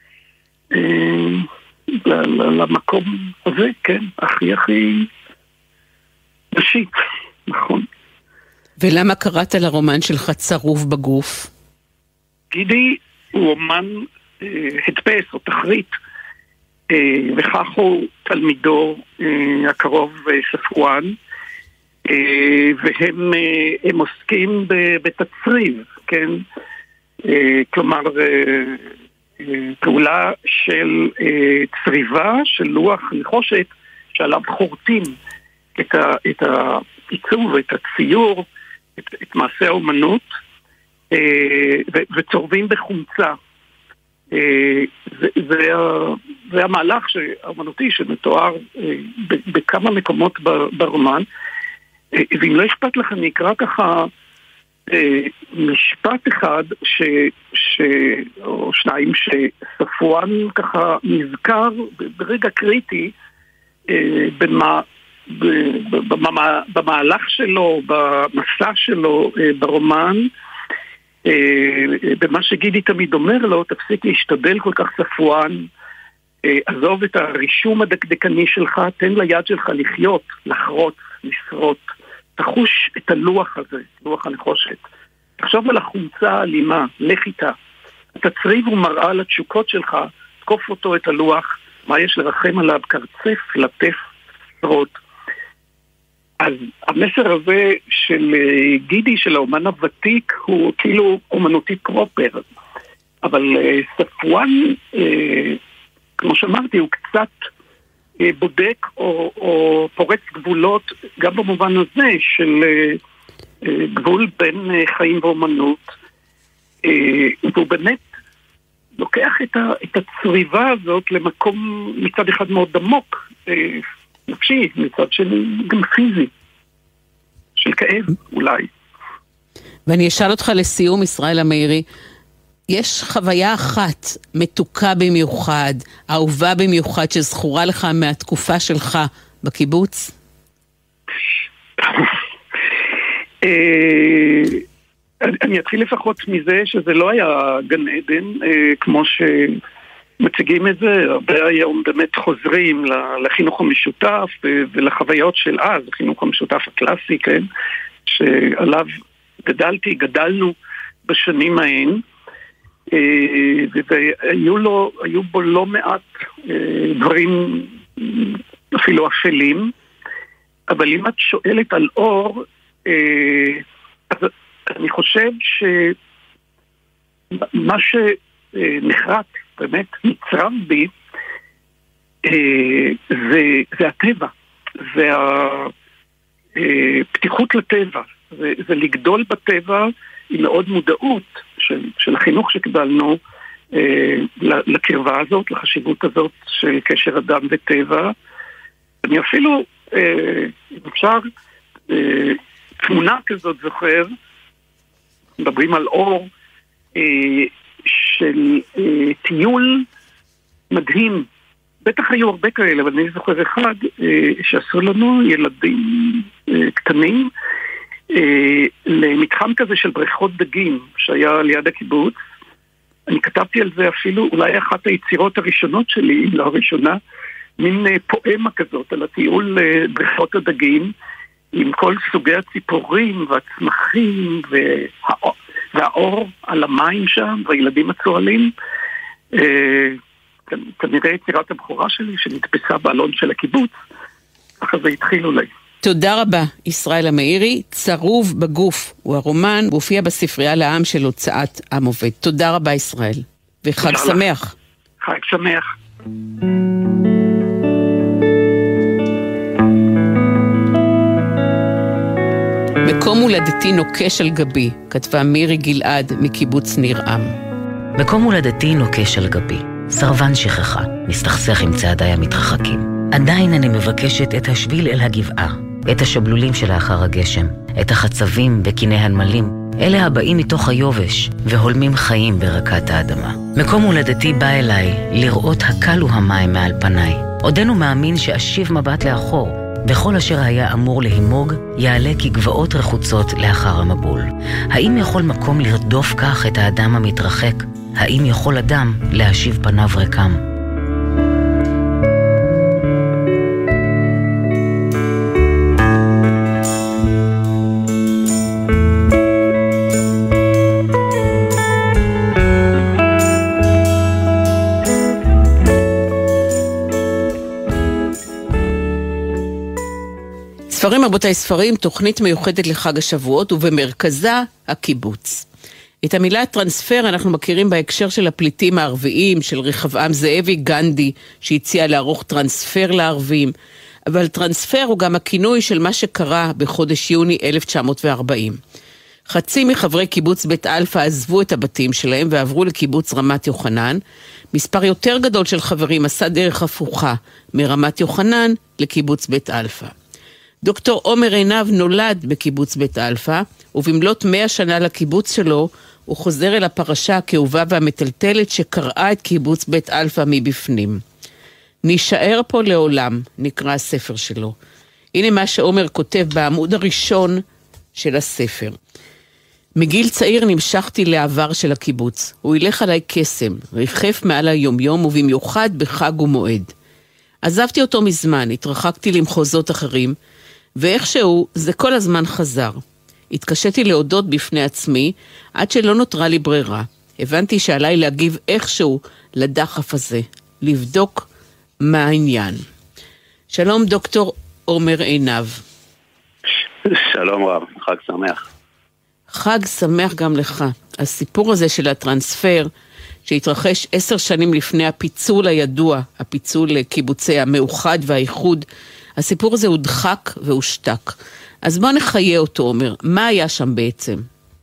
למקום הזה, כן? הכי נשית, נכון. ולמה קראת לרומן שלך צרוב בגוף? גידי הוא אומן הדפס או תחריט, וכך הוא תלמידו הקרוב ספואן, והם עוסקים בתצריב, כן? כלומר, פעולה של צריבה של לוח נחושת שעליו חורטים את העיצוב, את הציור, את מעשה האומנות, וצורבים בחומצה. זה המהלך האומנותי שמתואר בכמה מקומות ברומן, ואם לא אכפת לך אני אקרא ככה משפט אחד או שניים שספואן ככה נזכר ברגע קריטי במהלך שלו, במסע שלו ברומן, במה שגידי תמיד אומר לו, תפסיק להשתדל כל כך ספואן, עזוב את הרישום הדקדקני שלך, תן ליד שלך לחיות, לחרוץ, לשרוט, תחוש את הלוח הזה, לוח הנחושת. תחשוב על החומצה האלימה, לך איתה. תצריב ומראה לתשוקות שלך, תקוף אותו את הלוח, מה יש לרחם עליו, קרצף, לטף, שרוט. אז המסר הזה של גידי, של האומן הוותיק, הוא כאילו אומנותי פרופר. אבל ספואן, כמו שאמרתי, הוא קצת בודק או פורץ גבולות, גם במובן הזה של גבול בין חיים ואומנות. והוא באמת לוקח את הצריבה הזאת למקום מצד אחד מאוד עמוק, נפשי, מצד שני גם פיזי, של כאב אולי. ואני אשאל אותך לסיום, ישראל המאירי, יש חוויה אחת מתוקה במיוחד, אהובה במיוחד, שזכורה לך מהתקופה שלך בקיבוץ? אני אתחיל לפחות מזה שזה לא היה גן עדן, כמו שמציגים את זה. הרבה היום באמת חוזרים לחינוך המשותף ולחוויות של אז, החינוך המשותף הקלאסי, כן? שעליו גדלנו בשנים ההן, והיו בו לא מעט דברים אפילו אפלים, אבל אם את שואלת על אור, אז אני חושב שמה שנחרט, באמת נצרב בי, זה הטבע, זה הפתיחות לטבע, זה לגדול בטבע עם מאוד מודעות של החינוך שקיבלנו לקרבה הזאת, לחשיבות הזאת של קשר אדם וטבע. אני אפילו, אם אפשר, תמונה כזאת זוכר, מדברים על אור של טיול מדהים. בטח היו הרבה כאלה, אבל אני זוכר אחד שעשו לנו ילדים קטנים למתחם כזה של בריכות דגים שהיה ליד הקיבוץ. אני כתבתי על זה אפילו אולי אחת היצירות הראשונות שלי, אם לא הראשונה, מין פואמה כזאת על הטיול בריכות הדגים, עם כל סוגי הציפורים והצמחים והאור על המים שם, והילדים הצועלים. כנראה יצירת הבכורה שלי שנתפסה באלון של הקיבוץ, ככה זה התחיל אולי. תודה רבה, ישראל המאירי. צרוב בגוף הוא הרומן, והופיע בספרייה לעם של הוצאת עם עובד. תודה רבה, ישראל, וחג שמח. חג שמח. מקום הולדתי נוקש על גבי, כתבה מירי גלעד מקיבוץ ניר עם. מקום הולדתי נוקש על גבי, סרבן שכחה, מסתכסך עם צעדיי המתרחקים. עדיין אני מבקשת את השביל אל הגבעה, את השבלולים שלאחר הגשם, את החצבים וקיני הנמלים, אלה הבאים מתוך היובש והולמים חיים ברקת האדמה. מקום הולדתי בא אליי לראות הקלו המים מעל פניי. עודנו מאמין שאשיב מבט לאחור, בכל אשר היה אמור להימוג, יעלה כגבעות רחוצות לאחר המבול. האם יכול מקום לרדוף כך את האדם המתרחק? האם יכול אדם להשיב פניו רקם? ספרים רבותיי ספרים, תוכנית מיוחדת לחג השבועות ובמרכזה הקיבוץ. את המילה טרנספר אנחנו מכירים בהקשר של הפליטים הערביים, של רחבעם זאבי גנדי שהציע לערוך טרנספר לערבים, אבל טרנספר הוא גם הכינוי של מה שקרה בחודש יוני 1940. חצי מחברי קיבוץ בית אלפא עזבו את הבתים שלהם ועברו לקיבוץ רמת יוחנן. מספר יותר גדול של חברים עשה דרך הפוכה מרמת יוחנן לקיבוץ בית אלפא. דוקטור עומר עינב נולד בקיבוץ בית אלפא, ובמלאת 100 שנה לקיבוץ שלו, הוא חוזר אל הפרשה הכאובה והמטלטלת שקראה את קיבוץ בית אלפא מבפנים. נשאר פה לעולם, נקרא הספר שלו. הנה מה שעומר כותב בעמוד הראשון של הספר. מגיל צעיר נמשכתי לעבר של הקיבוץ. הוא ילך עליי קסם, ריחף מעל היומיום ובמיוחד בחג ומועד. עזבתי אותו מזמן, התרחקתי למחוזות אחרים, ואיכשהו זה כל הזמן חזר. התקשיתי להודות בפני עצמי, עד שלא נותרה לי ברירה. הבנתי שעליי להגיב איכשהו לדחף הזה, לבדוק מה העניין. שלום דוקטור עומר עינב. שלום רב, חג שמח. חג שמח גם לך. הסיפור הזה של הטרנספר, שהתרחש 10 שנים לפני הפיצול הידוע, הפיצול לקיבוצי המאוחד והאיחוד, הסיפור הזה הודחק והושתק. אז בוא נחיה אותו, עומר. מה היה שם בעצם?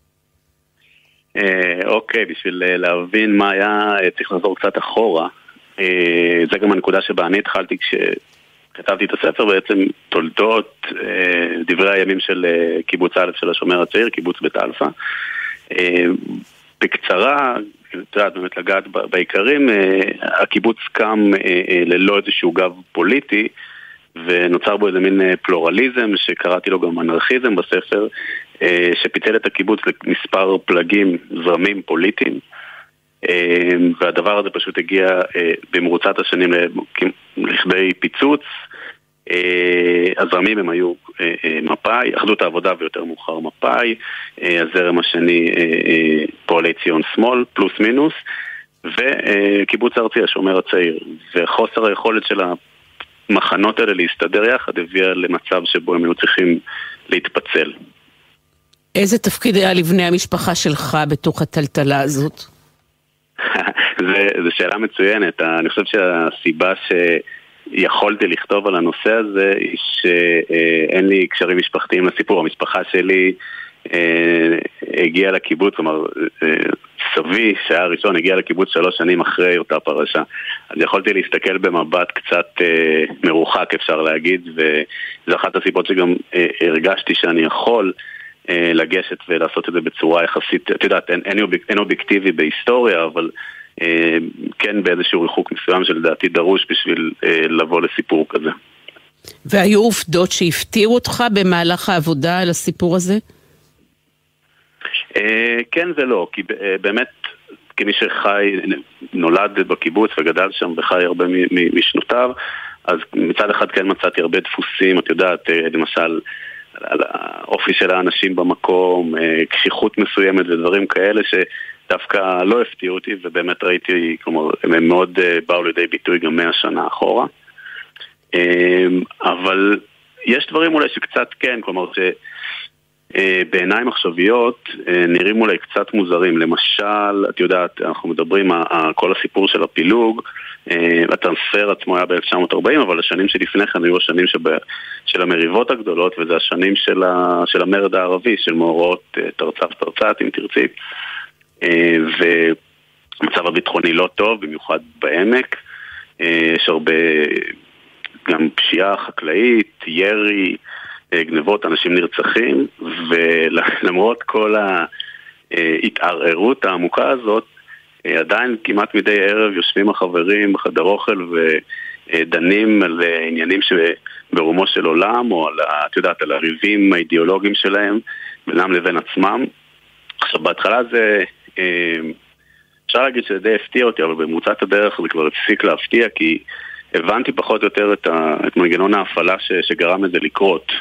אוקיי, בשביל להבין מה היה, צריך לחזור קצת אחורה. זה גם הנקודה שבה אני התחלתי כשכתבתי את הספר, בעצם תולדות דברי הימים של קיבוץ א' של השומר הצעיר, קיבוץ בית אלפא. בקצרה, באמת לגעת בעיקרים, הקיבוץ קם ללא איזשהו גב פוליטי, ונוצר בו איזה מין פלורליזם שקראתי לו גם אנרכיזם בספר, שפיצל את הקיבוץ למספר פלגים, זרמים פוליטיים, והדבר הזה פשוט הגיע במרוצת השנים לכדי פיצוץ. הזרמים הם היו מפאי, אחדות העבודה ויותר מאוחר מפאי, הזרם השני פועלי ציון שמאל פלוס מינוס, וקיבוץ ארצי השומר הצעיר. וחוסר היכולת של המחנות האלה להסתדר יחד הביאה למצב שבו הם היו צריכים להתפצל. איזה תפקיד היה לבני המשפחה שלך בתוך הטלטלה הזאת? זו שאלה מצוינת. אני חושב שהסיבה שיכולתי לכתוב על הנושא הזה היא שאין לי קשרים משפחתיים לסיפור. המשפחה שלי הגיע לקיבוץ, כלומר, סבי שהיה הראשון הגיע לקיבוץ 3 שנים אחרי אותה פרשה. אז יכולתי להסתכל במבט קצת מרוחק, אפשר להגיד, וזו אחת הסיבות שגם הרגשתי שאני יכול לגשת ולעשות את זה בצורה יחסית, את יודעת, אין אובייקטיבי בהיסטוריה, אבל כן באיזשהו ריחוק מסוים שלדעתי דרוש בשביל לבוא לסיפור כזה. והיו עובדות שהפתיעו אותך במהלך העבודה על הסיפור הזה? כן ולא, כי באמת כמי שחי, נולד בקיבוץ וגדל שם וחי הרבה משנותיו, אז מצד אחד כן מצאתי הרבה דפוסים, את יודעת, למשל על האופי של האנשים במקום, קשיחות מסוימת ודברים כאלה שדווקא לא הפתיעו אותי, ובאמת ראיתי, כלומר, הם מאוד באו לידי ביטוי גם 100 שנה אחורה. אבל יש דברים אולי שקצת כן, כלומר בעיניים עכשוויות נראים אולי קצת מוזרים. למשל, את יודעת, אנחנו מדברים כל הסיפור של הפילוג, הטרנספר עצמו היה ב-1940, אבל השנים שלפני כן היו השנים של המריבות הגדולות, וזה השנים של המרד הערבי, של מאורעות תרצ"ת, אם תרצי. והמצב הביטחוני לא טוב, במיוחד בעמק. יש הרבה גם פשיעה חקלאית, ירי, גנבות, אנשים נרצחים, ולמרות כל ההתערערות העמוקה הזאת, עדיין כמעט מדי ערב יושבים החברים בחדר אוכל ודנים על עניינים שברומו של עולם, או על, את יודעת, על הריבים האידיאולוגיים שלהם, בינם לבין עצמם. עכשיו, בהתחלה זה, אפשר להגיד שזה די הפתיע אותי, אבל בממוצעת הדרך זה כבר הפסיק להפתיע, כי הבנתי פחות או יותר את מנגנון ההפעלה שגרם את זה לקרות.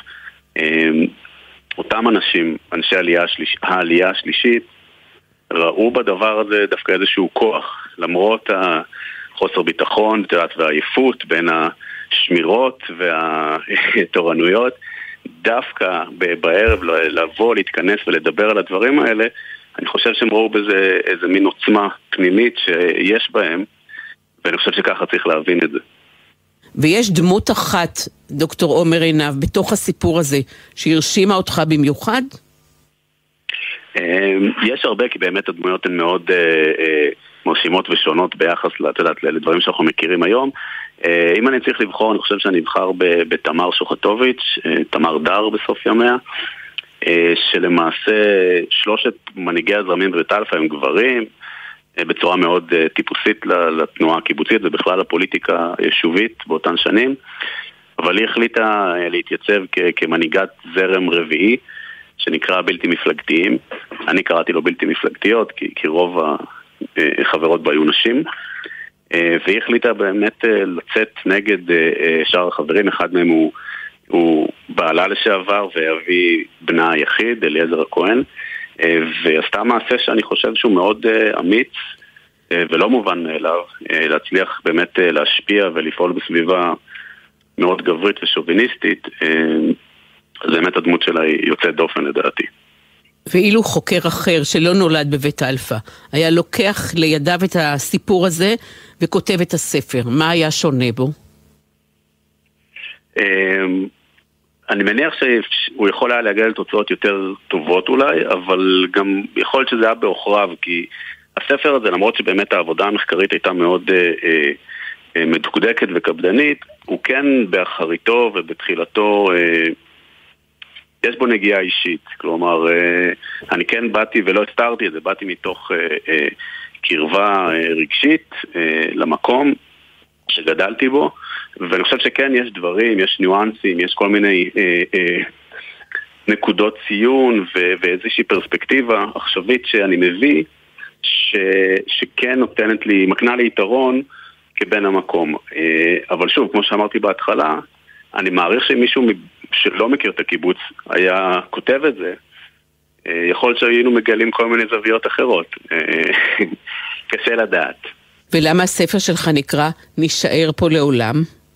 אותם אנשים, אנשי העלייה השלישית, ראו בדבר הזה דווקא איזשהו כוח, למרות החוסר ביטחון והעייפות בין השמירות והתורנויות, דווקא בערב לבוא, להתכנס ולדבר על הדברים האלה, אני חושב שהם ראו בזה איזה מין עוצמה פנימית שיש בהם, ואני חושב שככה צריך להבין את זה. ויש דמות אחת, דוקטור עומר עינב, בתוך הסיפור הזה, שהרשימה אותך במיוחד? יש הרבה, כי באמת הדמויות הן מאוד מרשימות ושונות ביחס לדברים שאנחנו מכירים היום. אם אני צריך לבחור, אני חושב שאני אבחר בתמר שוחטוביץ', תמר דר בסוף ימיה, שלמעשה 3 מנהיגי הזרמים בבית אלפא הם גברים, בצורה מאוד טיפוסית לתנועה הקיבוצית ובכלל הפוליטיקה היישובית באותן שנים, אבל היא החליטה להתייצב כמנהיגת זרם רביעי שנקרא בלתי מפלגתיים. אני קראתי לו בלתי מפלגתיות כי רוב החברות בה היו נשים, והיא החליטה באמת לצאת נגד שאר החברים. אחד מהם הוא בעלה לשעבר ואבי בנה היחיד, אליעזר הכהן, ועשתה מעשה שאני חושב שהוא מאוד אמיץ ולא מובן מאליו, להצליח באמת להשפיע ולפעול בסביבה מאוד גברית ושוביניסטית. אז באמת הדמות שלה היא יוצאת דופן לדעתי. ואילו חוקר אחר שלא נולד בבית אלפא היה לוקח לידיו את הסיפור הזה וכותב את הספר, מה היה שונה בו? אני מניח שהוא יכול היה להגיע לתוצאות יותר טובות אולי, אבל גם יכול להיות שזה היה באוכריו, כי הספר הזה, למרות שבאמת העבודה המחקרית הייתה מאוד מדוקדקת וקפדנית, הוא כן באחריתו ובתחילתו יש בו נגיעה אישית. כלומר, אני כן באתי ולא הסתרתי את זה, באתי מתוך קרבה רגשית למקום שגדלתי בו, ואני חושב שכן יש דברים, יש ניואנסים, יש כל מיני נקודות ציון ואיזושהי פרספקטיבה עכשווית שאני מביא, שכן נותנת לי, מקנה לי יתרון כבן המקום. אבל שוב, כמו שאמרתי בהתחלה, אני מעריך שמישהו שלא מכיר את הקיבוץ היה כותב את זה, יכול להיות שהיינו מגלים כל מיני זוויות אחרות. קשה לדעת. ולמה הספר שלך נקרא נשאר פה לעולם?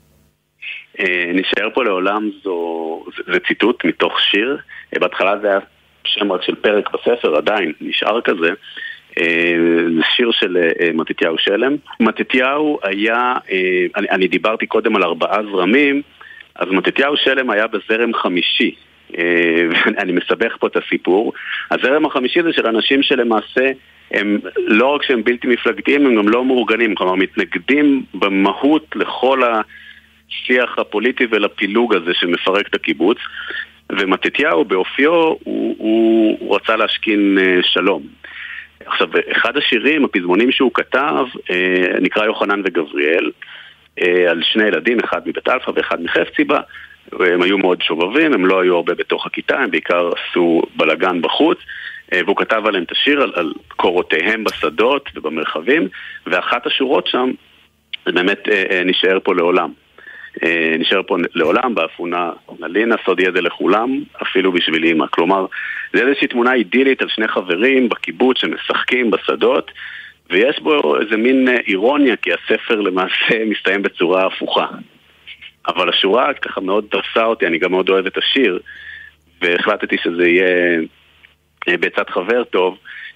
נשאר פה לעולם זה ציטוט מתוך שיר. בהתחלה זה היה שם רק של פרק בספר, עדיין נשאר כזה. זה שיר של מתתיהו שלם. מתתיהו היה, אני דיברתי קודם על 4 זרמים, אז מתתיהו שלם היה בזרם 5, ואני מסבך פה את הסיפור. הזרם החמישי זה של אנשים שלמעשה הם לא רק שהם בלתי מפלגתיים, הם גם לא מאורגנים, כלומר מתנגדים במהות לכל השיח הפוליטי ולפילוג הזה שמפרק את הקיבוץ. ומתתיהו באופיו הוא רצה להשכין שלום. עכשיו, אחד השירים, הפזמונים שהוא כתב, נקרא יוחנן וגבריאל, על שני ילדים, אחד מבית אלפא ואחד מחפציבה. הם היו מאוד שובבים, הם לא היו הרבה בתוך הכיתה, הם בעיקר עשו בלגן בחוץ, והוא כתב עליהם את השיר על קורותיהם בשדות ובמרחבים, ואחת השורות שם, זה באמת נשאר פה לעולם. נשאר פה לעולם, באפונה נלינה, סוד ידע לכולם, אפילו בשביל אמא. כלומר, זה איזושהי תמונה אידילית על שני חברים בקיבוץ שמשחקים בשדות, ויש בו איזה מין אירוניה, כי הספר למעשה מסתיים בצורה הפוכה. אבל השורה ככה מאוד תפסה אותי, אני גם מאוד אוהב את השיר, והחלטתי שזה יהיה בעצת חבר טוב,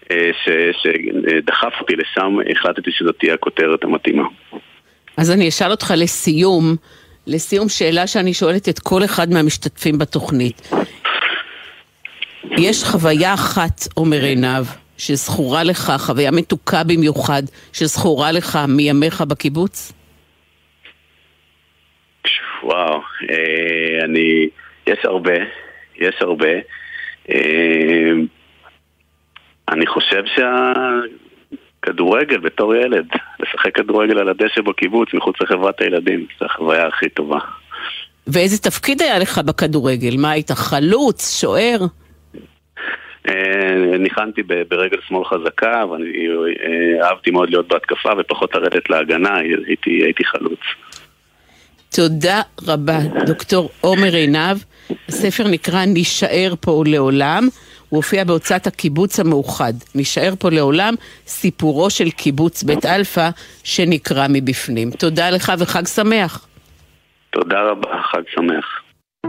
שדחף אותי לשם, החלטתי שזאת תהיה הכותרת המתאימה. אז אני אשאל אותך לסיום שאלה שאני שואלת את כל אחד מהמשתתפים בתוכנית. יש חוויה אחת, אומר עינב, שזכורה לך, חוויה מתוקה במיוחד, שזכורה לך מימיך בקיבוץ? וואו, יש הרבה. אני חושב כדורגל בתור ילד, לשחק כדורגל על הדשא בקיבוץ מחוץ לחברת הילדים, זו החוויה הכי טובה. ואיזה תפקיד היה לך בכדורגל? מה היית, חלוץ, שוער? ניחנתי ברגל שמאל חזקה, ואני אהבתי מאוד להיות בהתקפה ופחות לרדת להגנה, הייתי חלוץ. תודה רבה, דוקטור עומר עינב. הספר נקרא נשאר פה לעולם, הוא הופיע בהוצאת הקיבוץ המאוחד. נשאר פה לעולם, סיפורו של קיבוץ בית אלפא שנקרא מבפנים. תודה לך וחג שמח. תודה רבה, חג שמח.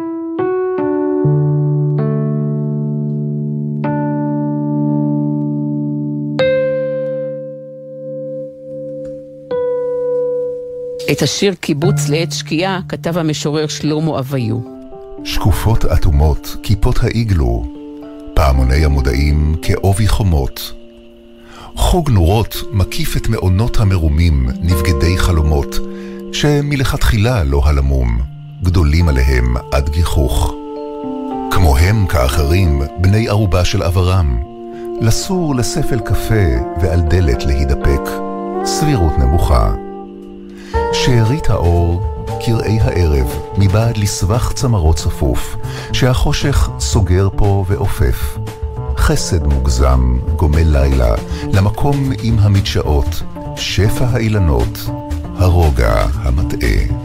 את השיר קיבוץ לעת שקיעה כתב המשורר שלמה אביו. שקופות אטומות, כיפות האיגלו, פעמוני המודעים כאובי חומות. חוג נורות מקיף את מעונות המרומים, נבגדי חלומות, שמלכתחילה לא הלמום, גדולים עליהם עד גיחוך. כמוהם כאחרים, בני ערובה של עברם, לסור לספל קפה ועל דלת להידפק, סבירות נמוכה. שארית האור, קראי הערב, מבעד לסבך צמרות צפוף, שהחושך סוגר פה ואופף. חסד מוגזם, גומל לילה, למקום עם המדשאות, שפע האילנות, הרוגע המטעה.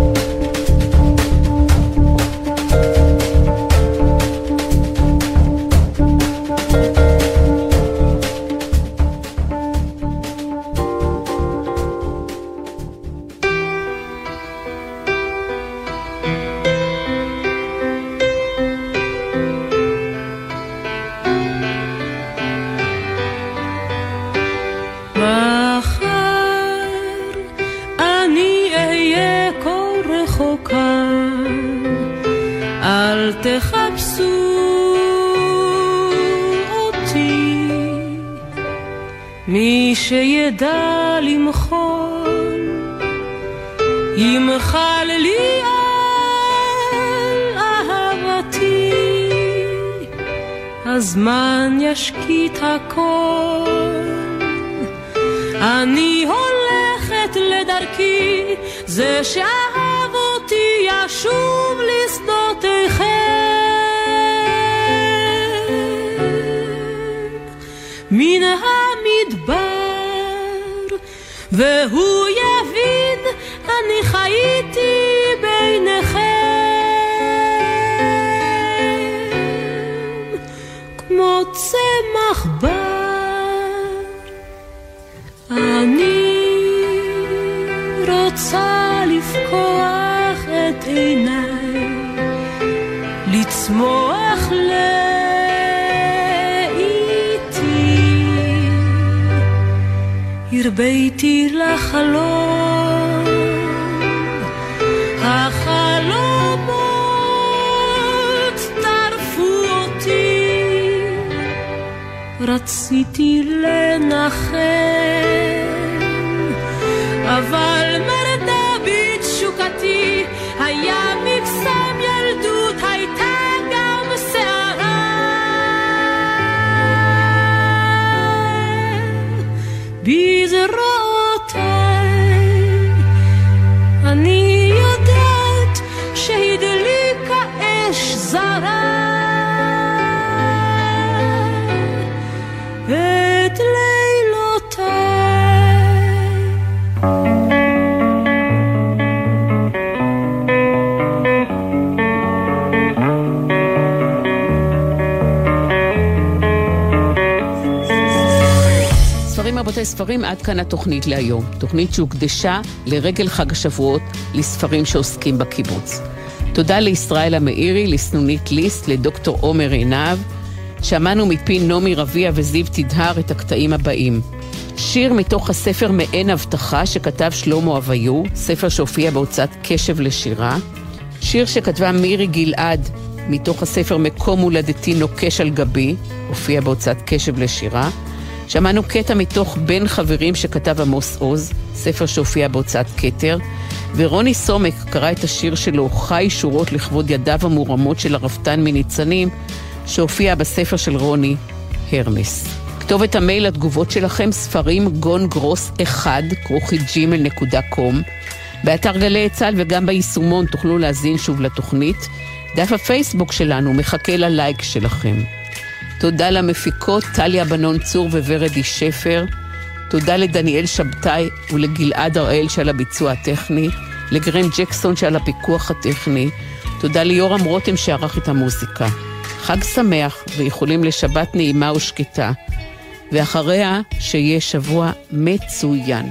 מי שידע למחול ימחל לי על אהבתי, הזמן ישקיט הכל, אני הולכת לדרכי, זה שאהב אותי ישוב לשדותיכם. מן המדבר והוא יבין אני חייתי ביניכם, כמו צמח בר אני רוצה לפקוח את עיניי, לצמוח הרביתי לחלום, החלומות תרבות רציתי לנחם, אבל מרדה בתשוקתי, היה מקסם ילדות, הייתה גם שערה. בזרועותיי אני יודעת שהדליקה אש זרה את לילותיי. ספרים רבותי ספרים, עד כאן התוכנית להיום. תוכנית שהוקדשה לרגל חג השבועות לספרים שעוסקים בקיבוץ. תודה לישראל המאירי, לסנונית ליסט, לדוקטור עומר עינב. שמענו מפי נומי רביה וזיו תדהר את הקטעים הבאים. שיר מתוך הספר מעין הבטחה שכתב שלמה אביו, ספר שהופיע בהוצאת קשב לשירה. שיר שכתבה מירי גלעד מתוך הספר מקום הולדתי נוקש על גבי, הופיע בהוצאת קשב לשירה. שמענו קטע מתוך בין חברים שכתב עמוס עוז, ספר שהופיע בהוצאת כתר. ורוני סומק קרא את השיר שלו חי שורות לכבוד ידיו המורמות של הרפתן מניצנים, שהופיע בספר של רוני, הרמס. כתובת המייל לתגובות שלכם, ספרים gongros1@gmail.com. באתר גלי צה"ל וגם ביישומון תוכלו להזין שוב לתוכנית. דף הפייסבוק שלנו מחכה ללייק שלכם. תודה למפיקות טליה בנון צור ווורדי שפר. תודה לדניאל שבתאי ולגלעד הראל שעל הביצוע הטכני, לגרם ג'קסון שעל הפיקוח הטכני. תודה ליורם רותם שערך את המוזיקה. חג שמח ויכולים לשבת נעימה ושקטה, ואחריה שיהיה שבוע מצוין.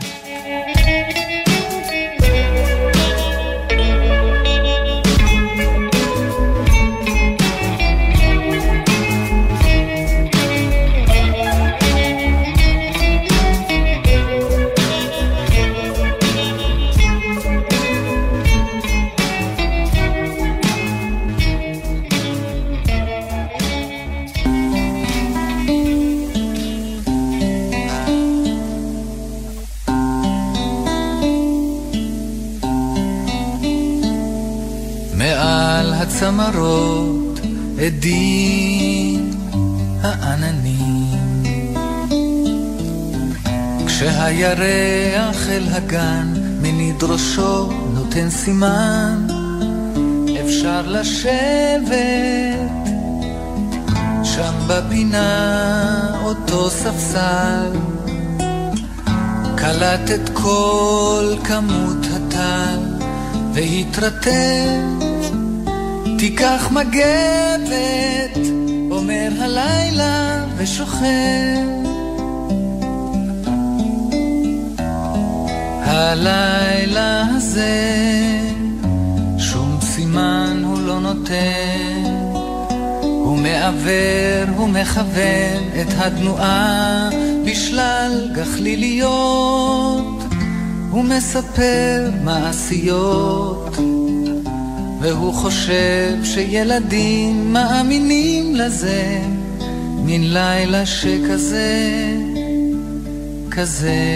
צמרות עדים העננים, כשהירח אל הגן מניד ראשו נותן סימן, אפשר לשבת שם בפינה אותו ספסל, קלט את כל כמות הטל והתרתם, תיקח מגבת, אומר הלילה ושוכב. הלילה הזה שום סימן הוא לא נותן, הוא מעבר, הוא מכוון את התנועה בשלל גחליליות, הוא מספר מעשיות, והוא חושב שילדים מאמינים לזה, מן לילה שכזה, כזה.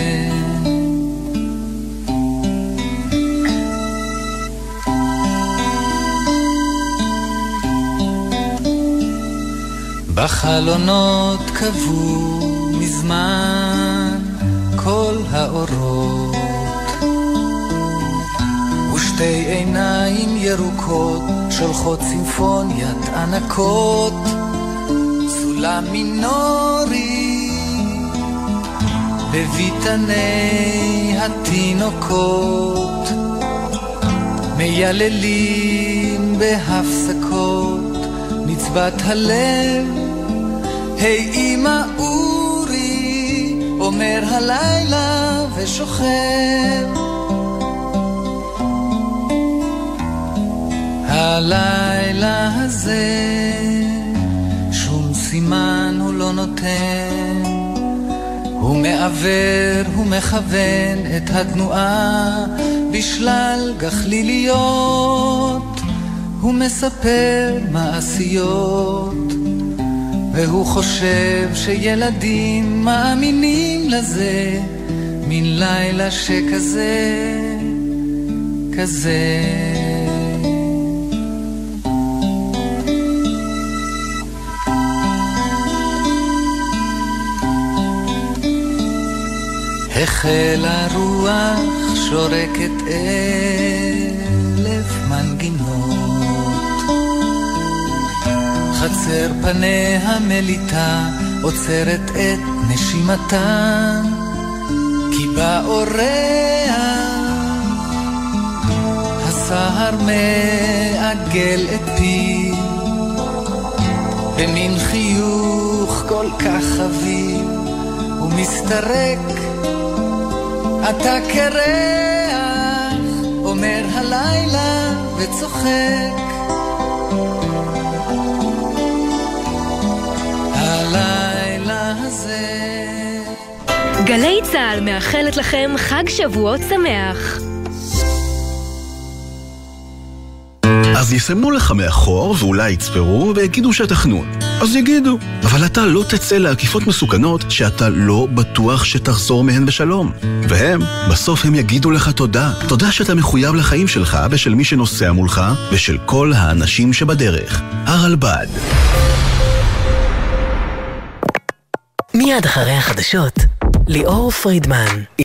בחלונות קבעו מזמן כל האורות, ושתי עיניים ירוקות שולחות סימפוניית ענקות, סולם מינורי בביתני התינוקות, מייללים בהפסקות נצבת הלב, היי אמא אורי, אומר הלילה ושוכב. הלילה הזה שום סימן הוא לא נותן, הוא מעבר, הוא מכוון את התנועה בשלל גחליליות, הוא מספר מעשיות, והוא חושב שילדים מאמינים לזה, מן לילה שכזה, כזה. החלה רוח שורקת 1000 מנגינות, חצר פניה מליטה עוצרת את נשימתה, כי באורח הסהר מעגל את פי במין חיוך כל כך חביב, ומסתרק אתה קרח, אומר הלילה וצוחק. הלילה הזה. גלי צהל מאחלת לכם חג שבועות שמח. אז יסמנו לך מאחור ואולי יצפרו ויגידו שתכנות. אז יגידו, אבל אתה לא תצא לעקיפות מסוכנות שאתה לא בטוח שתחזור מהן בשלום. והם, בסוף הם יגידו לך תודה. תודה שאתה מחויב לחיים שלך ושל מי שנוסע מולך ושל כל האנשים שבדרך. הרלב"ד. מיד אחרי החדשות, ליאור פרידמן.